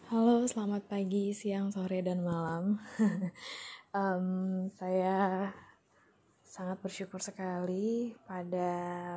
Halo, selamat pagi, siang, sore, dan malam. Saya sangat bersyukur sekali pada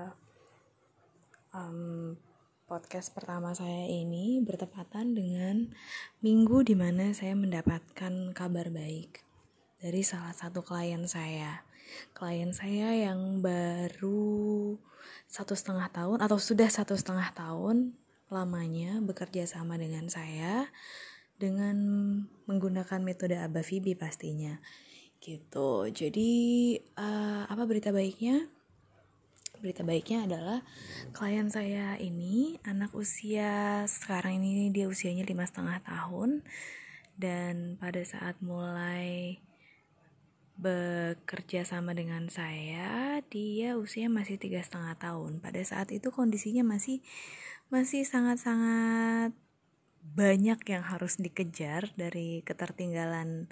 podcast pertama saya ini bertepatan dengan minggu di mana saya mendapatkan kabar baik dari salah satu klien saya. Klien saya yang baru 1,5 tahun atau sudah 1,5 tahun lamanya bekerja sama dengan saya dengan menggunakan metode ABA-FIBI pastinya gitu. Jadi apa berita baiknya? Berita baiknya adalah klien saya ini anak usia sekarang ini dia usianya 5,5 tahun, dan pada saat mulai bekerja sama dengan saya dia usia masih 3,5 tahun. Pada saat itu kondisinya masih sangat-sangat banyak yang harus dikejar dari ketertinggalan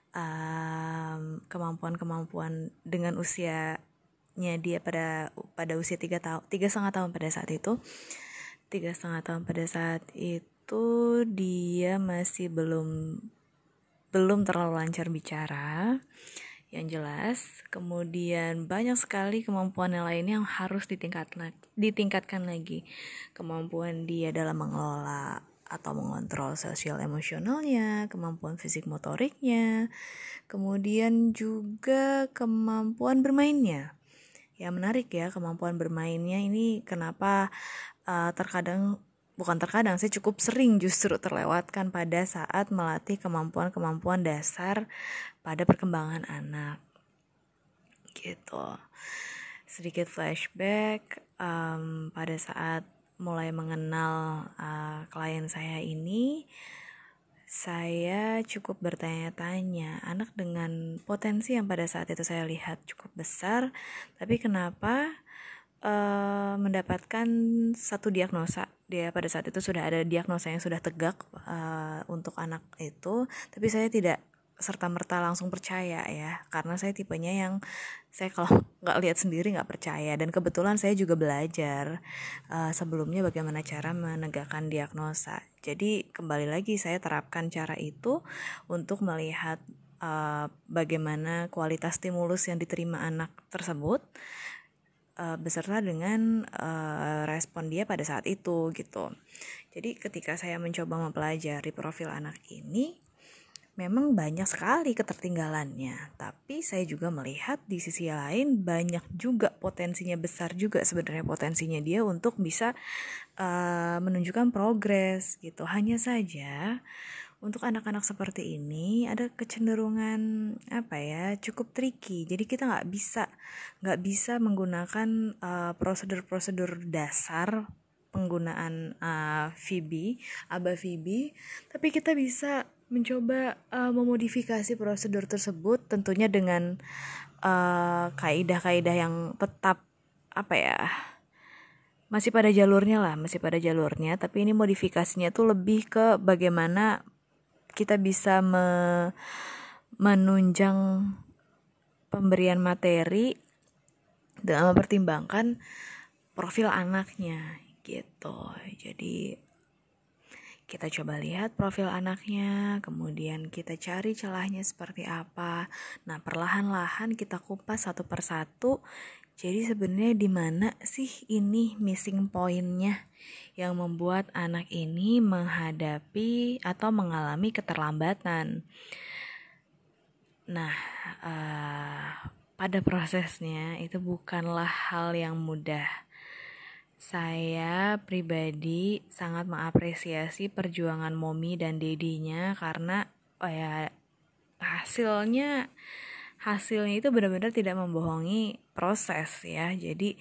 kemampuan-kemampuan dengan usianya dia pada usia 3,5 tahun pada saat itu. 3,5 tahun pada saat itu dia masih belum terlalu lancar bicara yang jelas. Kemudian banyak sekali kemampuan yang lainnya yang harus ditingkatkan lagi. Kemampuan dia dalam mengelola atau mengontrol sosial emosionalnya, kemampuan fisik motoriknya, kemudian juga kemampuan bermainnya. Ya menarik ya, kemampuan bermainnya ini kenapa bukan terkadang sih, cukup sering justru terlewatkan pada saat melatih kemampuan-kemampuan dasar pada perkembangan anak gitu. Sedikit flashback, pada saat mulai mengenal klien saya ini, saya cukup bertanya-tanya, anak dengan potensi yang pada saat itu saya lihat cukup besar, tapi kenapa mendapatkan satu diagnosa. Dia pada saat itu sudah ada diagnosa yang sudah tegak untuk anak itu, tapi saya tidak serta-merta langsung percaya ya, karena saya tipenya yang saya kalau nggak lihat sendiri nggak percaya. Dan kebetulan saya juga belajar sebelumnya bagaimana cara menegakkan diagnosa. Jadi kembali lagi saya terapkan cara itu untuk melihat bagaimana kualitas stimulus yang diterima anak tersebut beserta dengan respon dia pada saat itu gitu. Jadi ketika saya mencoba mempelajari profil anak ini, memang banyak sekali ketertinggalannya, tapi saya juga melihat di sisi lain banyak juga potensinya, besar juga sebenarnya potensinya dia untuk bisa menunjukkan progres gitu. Hanya saja untuk anak-anak seperti ini ada kecenderungan cukup tricky. Jadi kita nggak bisa menggunakan prosedur-prosedur dasar penggunaan ABA-FIBI, tapi kita bisa mencoba memodifikasi prosedur tersebut tentunya dengan kaidah-kaidah yang tetap masih pada jalurnya, tapi ini modifikasinya tuh lebih ke bagaimana kita bisa menunjang pemberian materi dengan mempertimbangkan profil anaknya gitu. Jadi kita coba lihat profil anaknya, kemudian kita cari celahnya seperti apa. Nah, perlahan-lahan kita kupas satu persatu. Jadi sebenarnya di mana sih ini missing point-nya yang membuat anak ini menghadapi atau mengalami keterlambatan. Nah, pada prosesnya itu bukanlah hal yang mudah. Saya pribadi sangat mengapresiasi perjuangan Momi dan Dedinya karena hasilnya itu benar-benar tidak membohongi proses ya. Jadi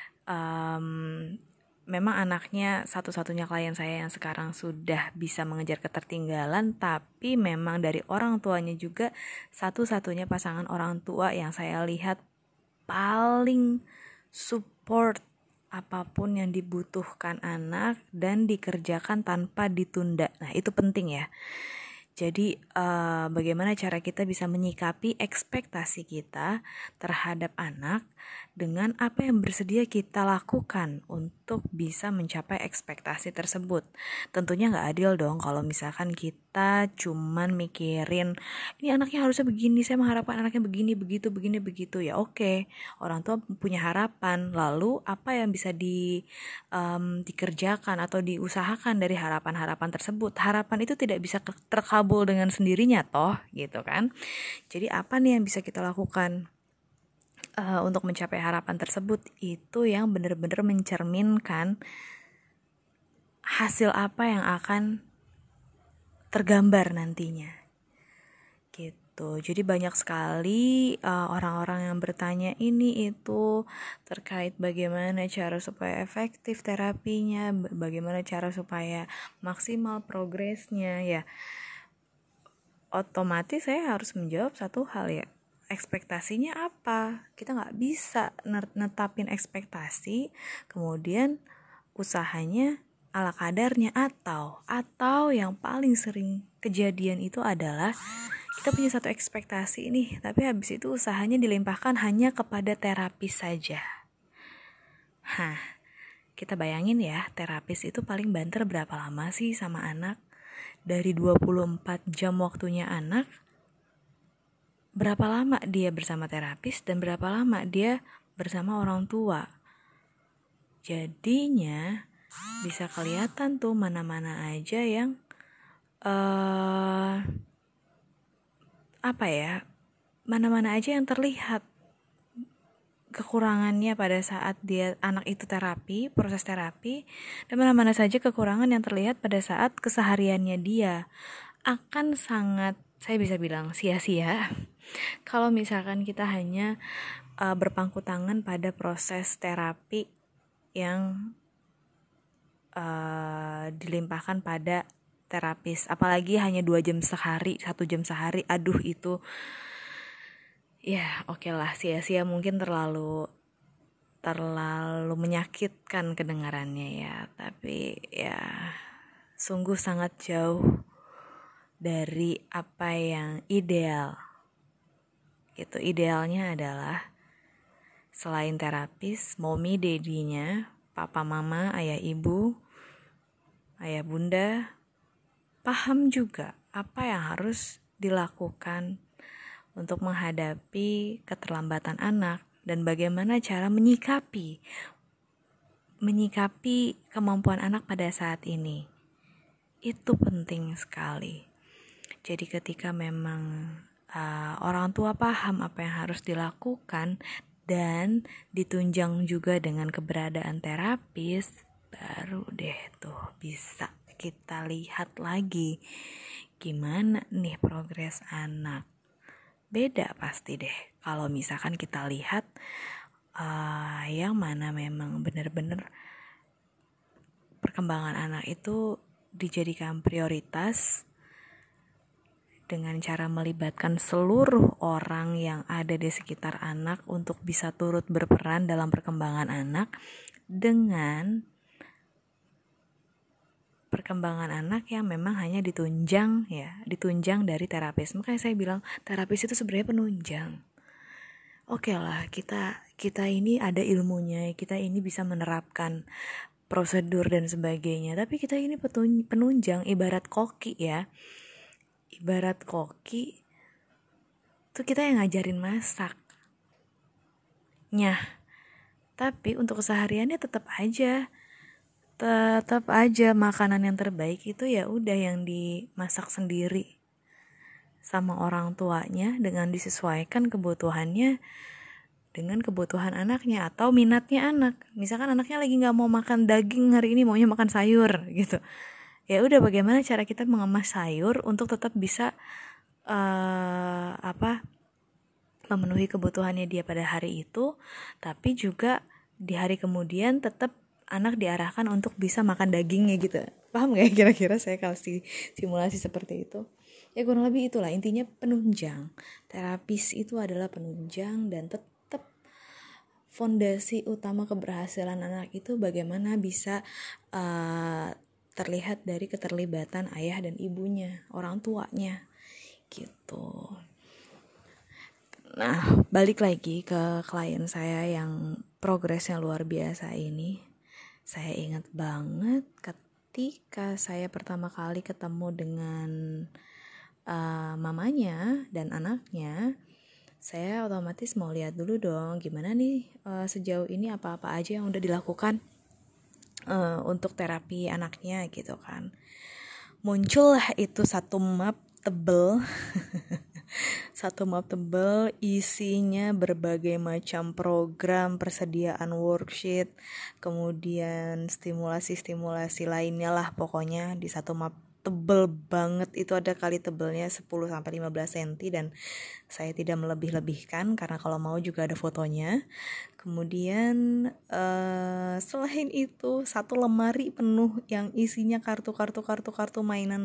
memang anaknya satu-satunya klien saya yang sekarang sudah bisa mengejar ketertinggalan, tapi memang dari orang tuanya juga satu-satunya pasangan orang tua yang saya lihat paling support apapun yang dibutuhkan anak dan dikerjakan tanpa ditunda. Nah, itu penting ya. Jadi bagaimana cara kita bisa menyikapi ekspektasi kita terhadap anak dengan apa yang bersedia kita lakukan untuk bisa mencapai ekspektasi tersebut. Tentunya nggak adil dong kalau misalkan kita cuman mikirin ini anaknya harusnya begini, saya mengharapkan anaknya begini, begitu ya. Oke, orang tua punya harapan, lalu apa yang bisa dikerjakan atau diusahakan dari harapan-harapan tersebut. Harapan itu tidak bisa terkabul dengan sendirinya toh, gitu kan. Jadi apa nih yang bisa kita lakukan untuk mencapai harapan tersebut? Itu yang benar-benar mencerminkan hasil apa yang akan tergambar nantinya. Gitu. Jadi banyak sekali orang-orang yang bertanya ini itu terkait bagaimana cara supaya efektif terapinya, bagaimana cara supaya maksimal progresnya ya. Otomatis saya harus menjawab satu hal ya, ekspektasinya apa? Kita nggak bisa netapin ekspektasi kemudian usahanya ala kadarnya, atau yang paling sering kejadian itu adalah kita punya satu ekspektasi nih, tapi habis itu usahanya dilimpahkan hanya kepada terapis saja. Kita bayangin ya, terapis itu paling banter berapa lama sih sama anak? Dari 24 jam waktunya anak, berapa lama dia bersama terapis dan berapa lama dia bersama orang tua. Jadinya bisa kelihatan tuh mana-mana aja yang mana-mana aja yang terlihat kekurangannya pada saat dia anak itu proses terapi, dan mana-mana saja kekurangan yang terlihat pada saat kesehariannya dia. Akan sangat, saya bisa bilang sia-sia kalau misalkan kita hanya berpangku tangan pada proses terapi yang dilimpahkan pada terapis, apalagi hanya 2 jam sehari, 1 jam sehari. Aduh, itu ya oke lah, sia-sia mungkin terlalu menyakitkan kedengarannya ya, tapi ya sungguh sangat jauh dari apa yang ideal. Gitu, idealnya adalah selain terapis, mommy, dedinya, papa, mama, ayah, ibu, ayah, bunda paham juga apa yang harus dilakukan untuk menghadapi keterlambatan anak dan bagaimana cara menyikapi kemampuan anak pada saat ini. Itu penting sekali. Jadi ketika memang orang tua paham apa yang harus dilakukan dan ditunjang juga dengan keberadaan terapis, baru deh tuh bisa kita lihat lagi gimana nih progres anak. Beda pasti deh kalau misalkan kita lihat yang mana memang benar-benar perkembangan anak itu dijadikan prioritas dengan cara melibatkan seluruh orang yang ada di sekitar anak untuk bisa turut berperan dalam perkembangan anak, dengan perkembangan anak yang memang hanya ditunjang dari terapis. Makanya saya bilang terapis itu sebenarnya penunjang. Oke lah, kita ini ada ilmunya, kita ini bisa menerapkan prosedur dan sebagainya, tapi kita ini penunjang, ibarat koki ya. Ibarat koki tuh kita yang ngajarin masak. Tapi untuk kesehariannya tetap aja makanan yang terbaik itu ya udah yang dimasak sendiri sama orang tuanya dengan disesuaikan kebutuhannya dengan kebutuhan anaknya atau minatnya anak. Misalkan anaknya lagi nggak mau makan daging hari ini, maunya makan sayur gitu. Ya udah, bagaimana cara kita mengemas sayur untuk tetap bisa memenuhi kebutuhannya dia pada hari itu, tapi juga di hari kemudian tetap anak diarahkan untuk bisa makan dagingnya gitu. Paham gak ya kira-kira saya kasih simulasi seperti itu? Ya kurang lebih itulah intinya, penunjang. Terapis itu adalah penunjang, dan tetap fondasi utama keberhasilan anak itu bagaimana bisa terlihat dari keterlibatan ayah dan ibunya, orang tuanya gitu. Nah, balik lagi ke klien saya yang progresnya luar biasa ini. Saya ingat banget ketika saya pertama kali ketemu dengan mamanya dan anaknya, saya otomatis mau lihat dulu dong gimana nih sejauh ini apa-apa aja yang udah dilakukan untuk terapi anaknya gitu kan. Muncullah itu satu map tebel satu map tebel isinya berbagai macam program, persediaan worksheet, kemudian stimulasi-stimulasi lainnya lah pokoknya di satu map tebel banget. Itu ada kali tebelnya 10-15 cm dan saya tidak melebih-lebihkan karena kalau mau juga ada fotonya. Kemudian selain itu satu lemari penuh yang isinya kartu mainan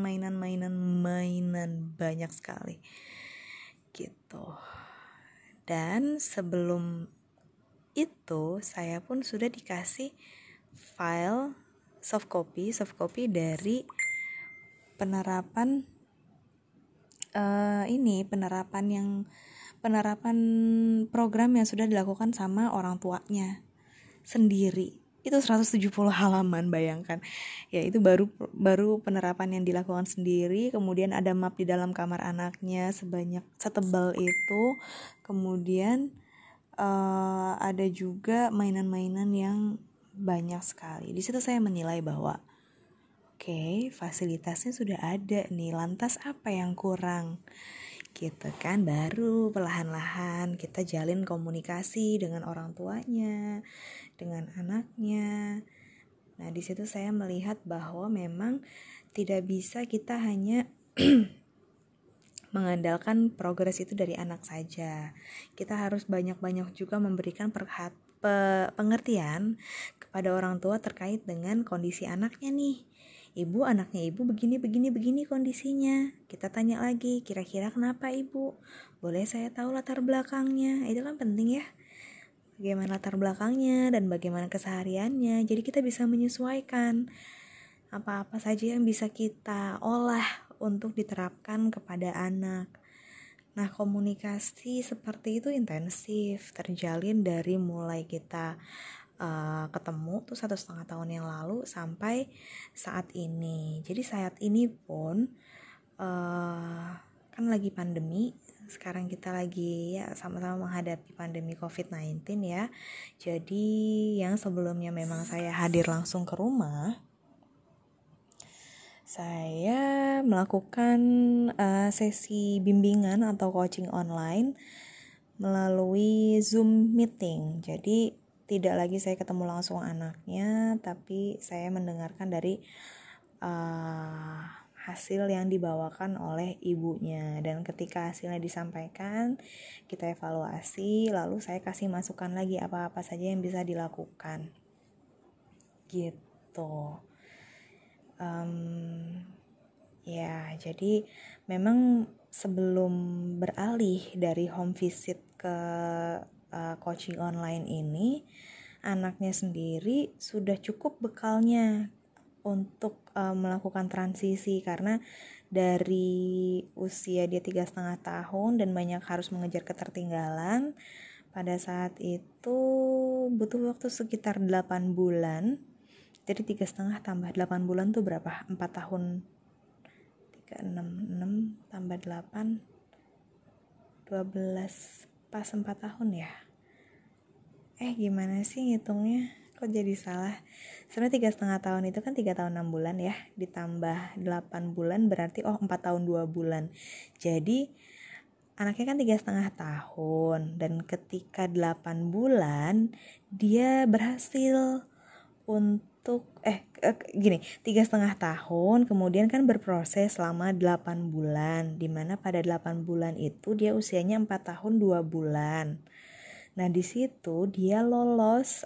banyak sekali gitu. Dan sebelum itu saya pun sudah dikasih file soft copy dari penerapan penerapan program yang sudah dilakukan sama orang tuanya sendiri. Itu 170 halaman, bayangkan. Ya, itu baru penerapan yang dilakukan sendiri. Kemudian ada map di dalam kamar anaknya setebal itu. Kemudian ada juga mainan-mainan yang banyak sekali. Di situ saya menilai bahwa oke, fasilitasnya sudah ada nih. Lantas apa yang kurang? Gitu kan, baru perlahan-lahan kita jalin komunikasi dengan orang tuanya, dengan anaknya. Nah, di situ saya melihat bahwa memang tidak bisa kita hanya mengandalkan progres itu dari anak saja. Kita harus banyak-banyak juga memberikan pengertian kepada orang tua terkait dengan kondisi anaknya nih. Anaknya ibu begini kondisinya. Kita tanya lagi, kira-kira kenapa ibu? Boleh saya tahu latar belakangnya? Itu kan penting ya. Bagaimana latar belakangnya dan bagaimana kesehariannya. Jadi kita bisa menyesuaikan apa-apa saja yang bisa kita olah untuk diterapkan kepada anak. Nah, komunikasi seperti itu intensif terjalin dari mulai kita ketemu tuh 1,5 tahun yang lalu sampai saat ini. Jadi saat ini pun kan lagi pandemi. Sekarang kita lagi ya sama-sama menghadapi pandemi COVID-19 ya. Jadi yang sebelumnya memang saya hadir langsung ke rumah, saya melakukan sesi bimbingan atau coaching online melalui Zoom meeting. Jadi tidak lagi saya ketemu langsung anaknya, tapi saya mendengarkan dari hasil yang dibawakan oleh ibunya. Dan ketika hasilnya disampaikan, kita evaluasi, lalu saya kasih masukan lagi apa-apa saja yang bisa dilakukan. Gitu. Ya, jadi memang sebelum beralih dari home visit ke coaching online ini, anaknya sendiri sudah cukup bekalnya untuk melakukan transisi, karena dari usia dia 3,5 tahun dan banyak harus mengejar ketertinggalan. Pada saat itu butuh waktu sekitar 8 bulan. Jadi 3,5 tambah 8 bulan tuh berapa? 4 tahun. 6 tambah 8 12, pas 4 tahun ya. Gimana sih ngitungnya? Kok jadi salah? Sebenarnya 3,5 tahun itu kan 3 tahun 6 bulan ya, ditambah 8 bulan berarti 4 tahun 2 bulan. Jadi anaknya kan 3,5 tahun, dan ketika 8 bulan dia berhasil untuk 3,5 tahun, kemudian kan berproses selama 8 bulan, dimana pada 8 bulan itu dia usianya 4 tahun 2 bulan. Nah, di situ dia lulus,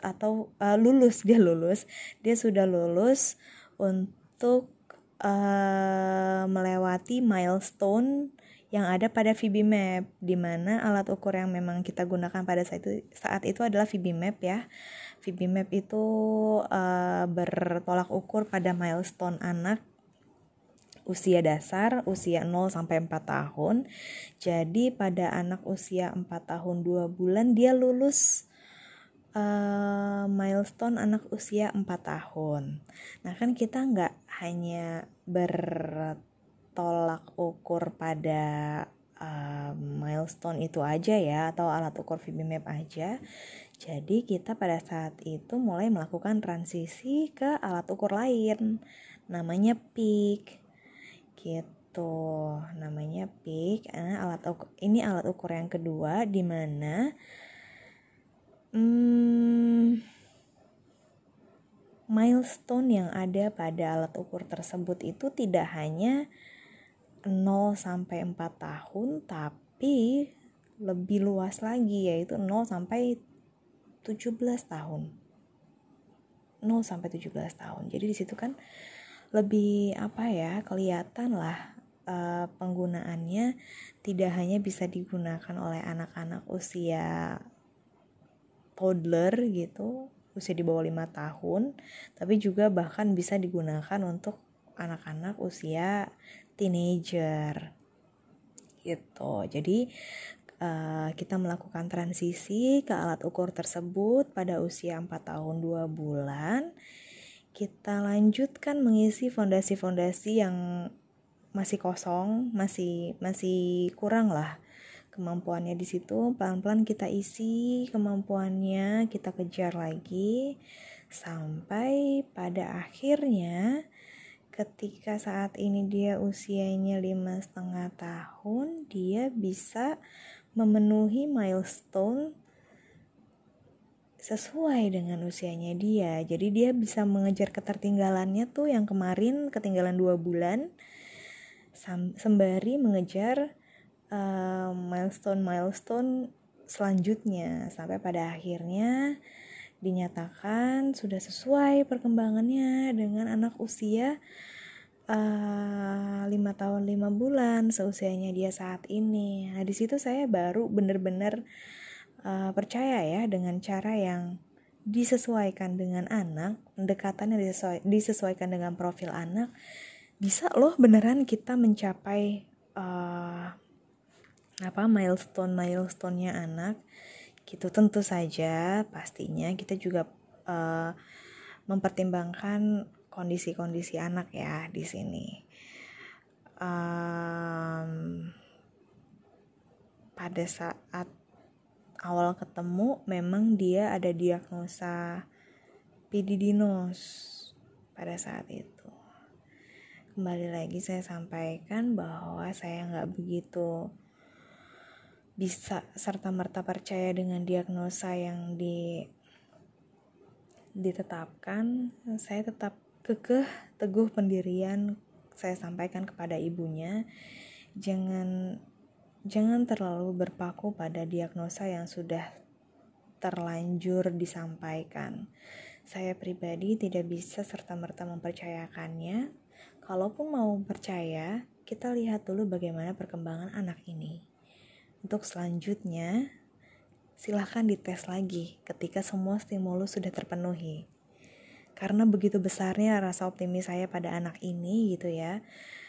dia sudah lulus untuk melewati milestone yang ada pada VB-MAP, di mana alat ukur yang memang kita gunakan pada saat itu adalah VB-MAP ya. VB-MAP itu bertolak ukur pada milestone anak usia dasar, usia 0 sampai 4 tahun. Jadi pada anak usia 4 tahun 2 bulan dia lulus milestone anak usia 4 tahun. Nah kan kita nggak hanya bertolak ukur pada milestone itu aja ya, atau alat ukur VB-MAP aja. Jadi kita pada saat itu mulai melakukan transisi ke alat ukur lain, namanya PIC gitu, namanya PIC. Ini alat ukur yang kedua di mana milestone yang ada pada alat ukur tersebut itu tidak hanya 0 sampai 4 tahun, tapi lebih luas lagi, yaitu 0 sampai 17 tahun. 0 sampai 17 tahun. Jadi di situ kan lebih kelihatan lah penggunaannya tidak hanya bisa digunakan oleh anak-anak usia toddler gitu, usia di bawah 5 tahun, tapi juga bahkan bisa digunakan untuk anak-anak usia teenager gitu. Jadi kita melakukan transisi ke alat ukur tersebut pada usia 4 tahun 2 bulan. Kita lanjutkan mengisi fondasi-fondasi yang masih kosong, masih kurang lah kemampuannya di situ. Pelan-pelan kita isi kemampuannya, kita kejar lagi sampai pada akhirnya ketika saat ini dia usianya 5,5 tahun, dia bisa memenuhi milestone sesuai dengan usianya dia. Jadi dia bisa mengejar ketertinggalannya tuh yang kemarin ketinggalan 2 bulan, sembari mengejar milestone selanjutnya sampai pada akhirnya dinyatakan sudah sesuai perkembangannya dengan anak usia 5 tahun 5 bulan seusianya dia saat ini. Nah di situ saya baru benar-benar percaya ya dengan cara yang disesuaikan dengan anak, pendekatan yang disesuaikan dengan profil anak, bisa loh beneran kita mencapai milestone-nya anak gitu. Tentu saja pastinya kita juga mempertimbangkan kondisi-kondisi anak ya di sini. Pada saat awal ketemu memang dia ada diagnosa PDD-NOS pada saat itu. Kembali lagi saya sampaikan bahwa saya nggak begitu bisa serta-merta percaya dengan diagnosa yang ditetapkan. Saya tetap kekeh teguh pendirian saya sampaikan kepada ibunya, jangan terlalu berpaku pada diagnosa yang sudah terlanjur disampaikan. Saya pribadi tidak bisa serta-merta mempercayakannya. Kalaupun mau percaya, kita lihat dulu bagaimana perkembangan anak ini. Untuk selanjutnya, silahkan dites lagi ketika semua stimulus sudah terpenuhi. Karena begitu besarnya rasa optimis saya pada anak ini gitu ya.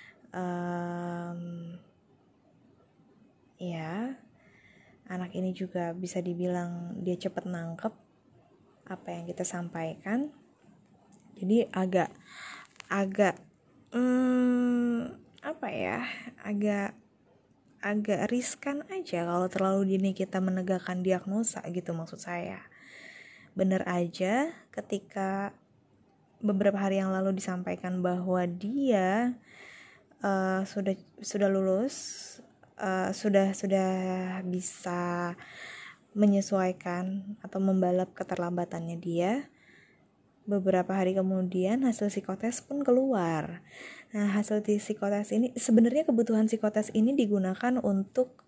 Anak ini juga bisa dibilang dia cepat nangkep apa yang kita sampaikan. Jadi agak riskan aja kalau terlalu dini kita menegakkan diagnosa gitu maksud saya. Bener aja ketika beberapa hari yang lalu disampaikan bahwa dia sudah lulus, sudah bisa menyesuaikan atau membalap keterlambatannya dia. Beberapa hari kemudian hasil psikotes pun keluar. Nah, hasil psikotes ini sebenarnya kebutuhan psikotes ini digunakan untuk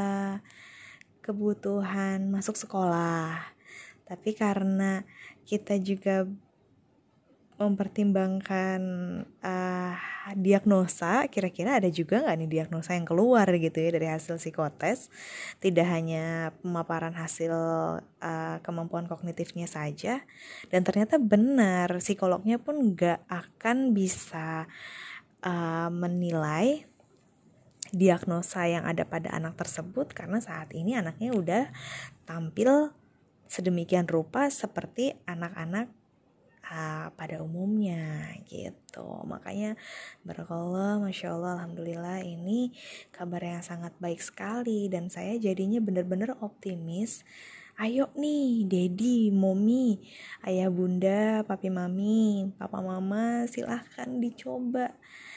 kebutuhan masuk sekolah. Tapi karena kita juga mempertimbangkan diagnosa, kira-kira ada juga nggak nih diagnosa yang keluar gitu ya dari hasil psikotes, tidak hanya pemaparan hasil kemampuan kognitifnya saja, dan ternyata benar psikolognya pun nggak akan bisa menilai diagnosa yang ada pada anak tersebut karena saat ini anaknya udah tampil sedemikian rupa seperti anak-anak pada umumnya gitu. Makanya barakallah, masya Allah, alhamdulillah, ini kabar yang sangat baik sekali dan saya jadinya benar-benar optimis. Ayo nih Dedi, Momi, ayah bunda, papi mami, papa mama, silahkan dicoba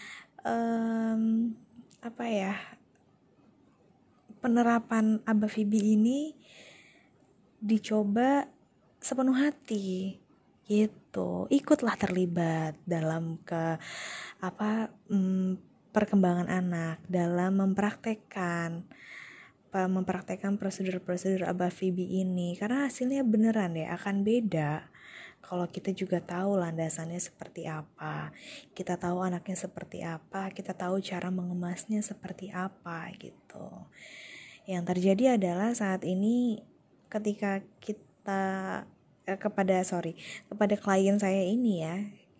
penerapan Aba Fibi ini dicoba sepenuh hati gitu. Ikutlah terlibat dalam perkembangan anak, dalam mempraktekkan prosedur-prosedur Aba Fibi ini, karena hasilnya beneran ya akan beda kalau kita juga tahu landasannya seperti apa, kita tahu anaknya seperti apa, kita tahu cara mengemasnya seperti apa gitu. Yang terjadi adalah saat ini ketika kita kepada klien saya ini ya,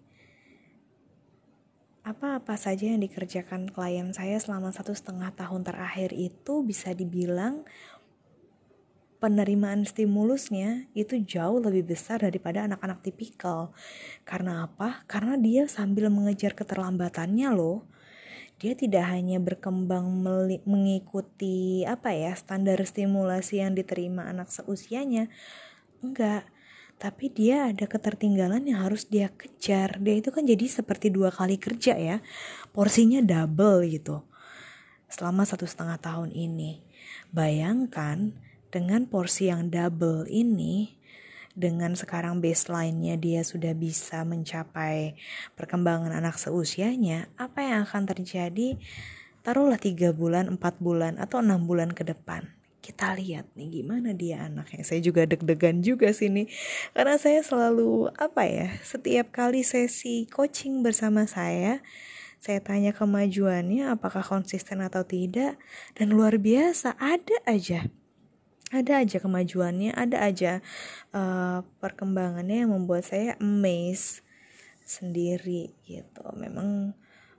apa saja yang dikerjakan klien saya selama 1,5 tahun terakhir itu bisa dibilang penerimaan stimulusnya itu jauh lebih besar daripada anak-anak tipikal. Karena apa? Karena dia sambil mengejar keterlambatannya loh. Dia tidak hanya berkembang mengikuti standar stimulasi yang diterima anak seusianya. Enggak. Tapi dia ada ketertinggalan yang harus dia kejar. Dia itu kan jadi seperti 2 kali kerja ya. Porsinya double gitu. Selama 1,5 tahun ini. Bayangkan dengan porsi yang double ini, dengan sekarang baseline-nya dia sudah bisa mencapai perkembangan anak seusianya, apa yang akan terjadi? Taruhlah 3 bulan, 4 bulan, atau 6 bulan ke depan. Kita lihat nih gimana dia anaknya. Saya juga deg-degan juga sini. Karena saya selalu setiap kali sesi coaching bersama saya tanya kemajuannya apakah konsisten atau tidak. Dan luar biasa, ada aja kemajuannya, ada aja perkembangannya yang membuat saya amazed sendiri gitu. Memang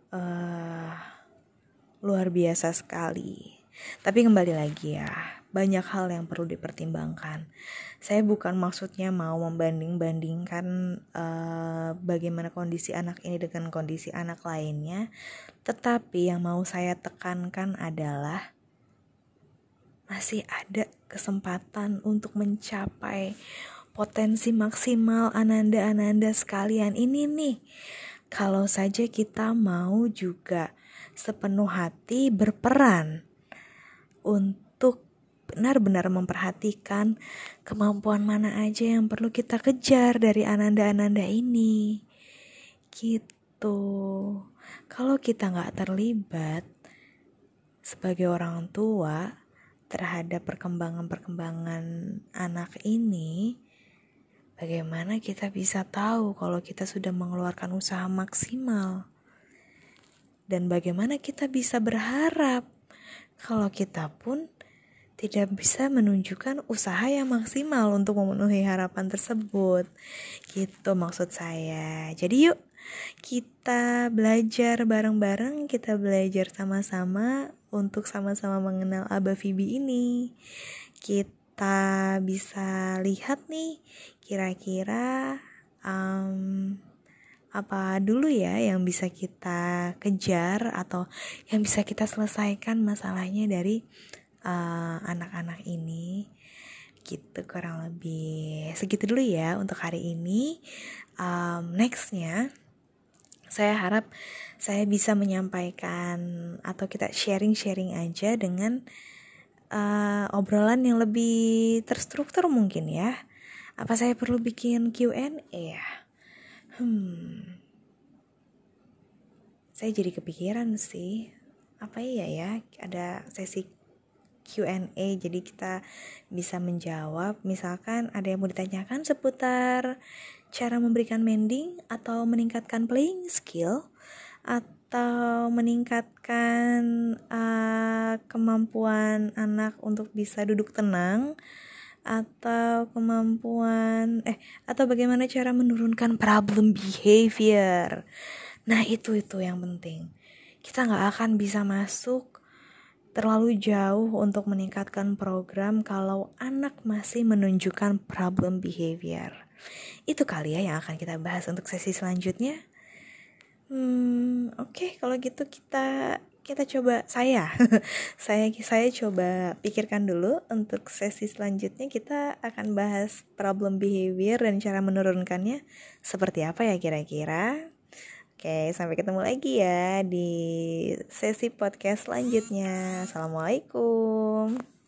luar biasa sekali. Tapi kembali lagi ya, banyak hal yang perlu dipertimbangkan. Saya bukan maksudnya mau membanding-bandingkan bagaimana kondisi anak ini dengan kondisi anak lainnya, tetapi yang mau saya tekankan adalah masih ada kesempatan untuk mencapai potensi maksimal ananda-ananda sekalian ini nih. Kalau saja kita mau juga sepenuh hati berperan untuk benar-benar memperhatikan kemampuan mana aja yang perlu kita kejar dari ananda-ananda ini. Gitu. Kalau kita gak terlibat sebagai orang tua terhadap perkembangan anak ini, bagaimana kita bisa tahu kalau kita sudah mengeluarkan usaha maksimal? Dan bagaimana kita bisa berharap kalau kita pun tidak bisa menunjukkan usaha yang maksimal untuk memenuhi harapan tersebut? Gitu maksud saya. Jadi yuk kita belajar bareng-bareng, kita belajar sama-sama untuk sama-sama mengenal Aba Fibi ini. Kita bisa lihat nih kira-kira apa dulu ya yang bisa kita kejar atau yang bisa kita selesaikan masalahnya dari anak-anak ini. Gitu kurang lebih. Segitu dulu ya untuk hari ini. Nextnya saya harap saya bisa menyampaikan atau kita sharing-sharing aja dengan obrolan yang lebih terstruktur mungkin ya. Apa saya perlu bikin Q&A ya? Saya jadi kepikiran sih. Apa ya ada sesi Q&A, jadi kita bisa menjawab. Misalkan ada yang mau ditanyakan seputar cara memberikan mending atau meningkatkan playing skill atau meningkatkan kemampuan anak untuk bisa duduk tenang atau atau bagaimana cara menurunkan problem behavior. Nah itu yang penting. Kita nggak akan bisa masuk terlalu jauh untuk meningkatkan program kalau anak masih menunjukkan problem behavior. Itu kali ya yang akan kita bahas untuk sesi selanjutnya. Oke, kalau gitu kita coba saya coba pikirkan dulu untuk sesi selanjutnya. Kita akan bahas problem behavior dan cara menurunkannya seperti apa ya kira-kira. Oke, sampai ketemu lagi ya di sesi podcast selanjutnya. Assalamualaikum.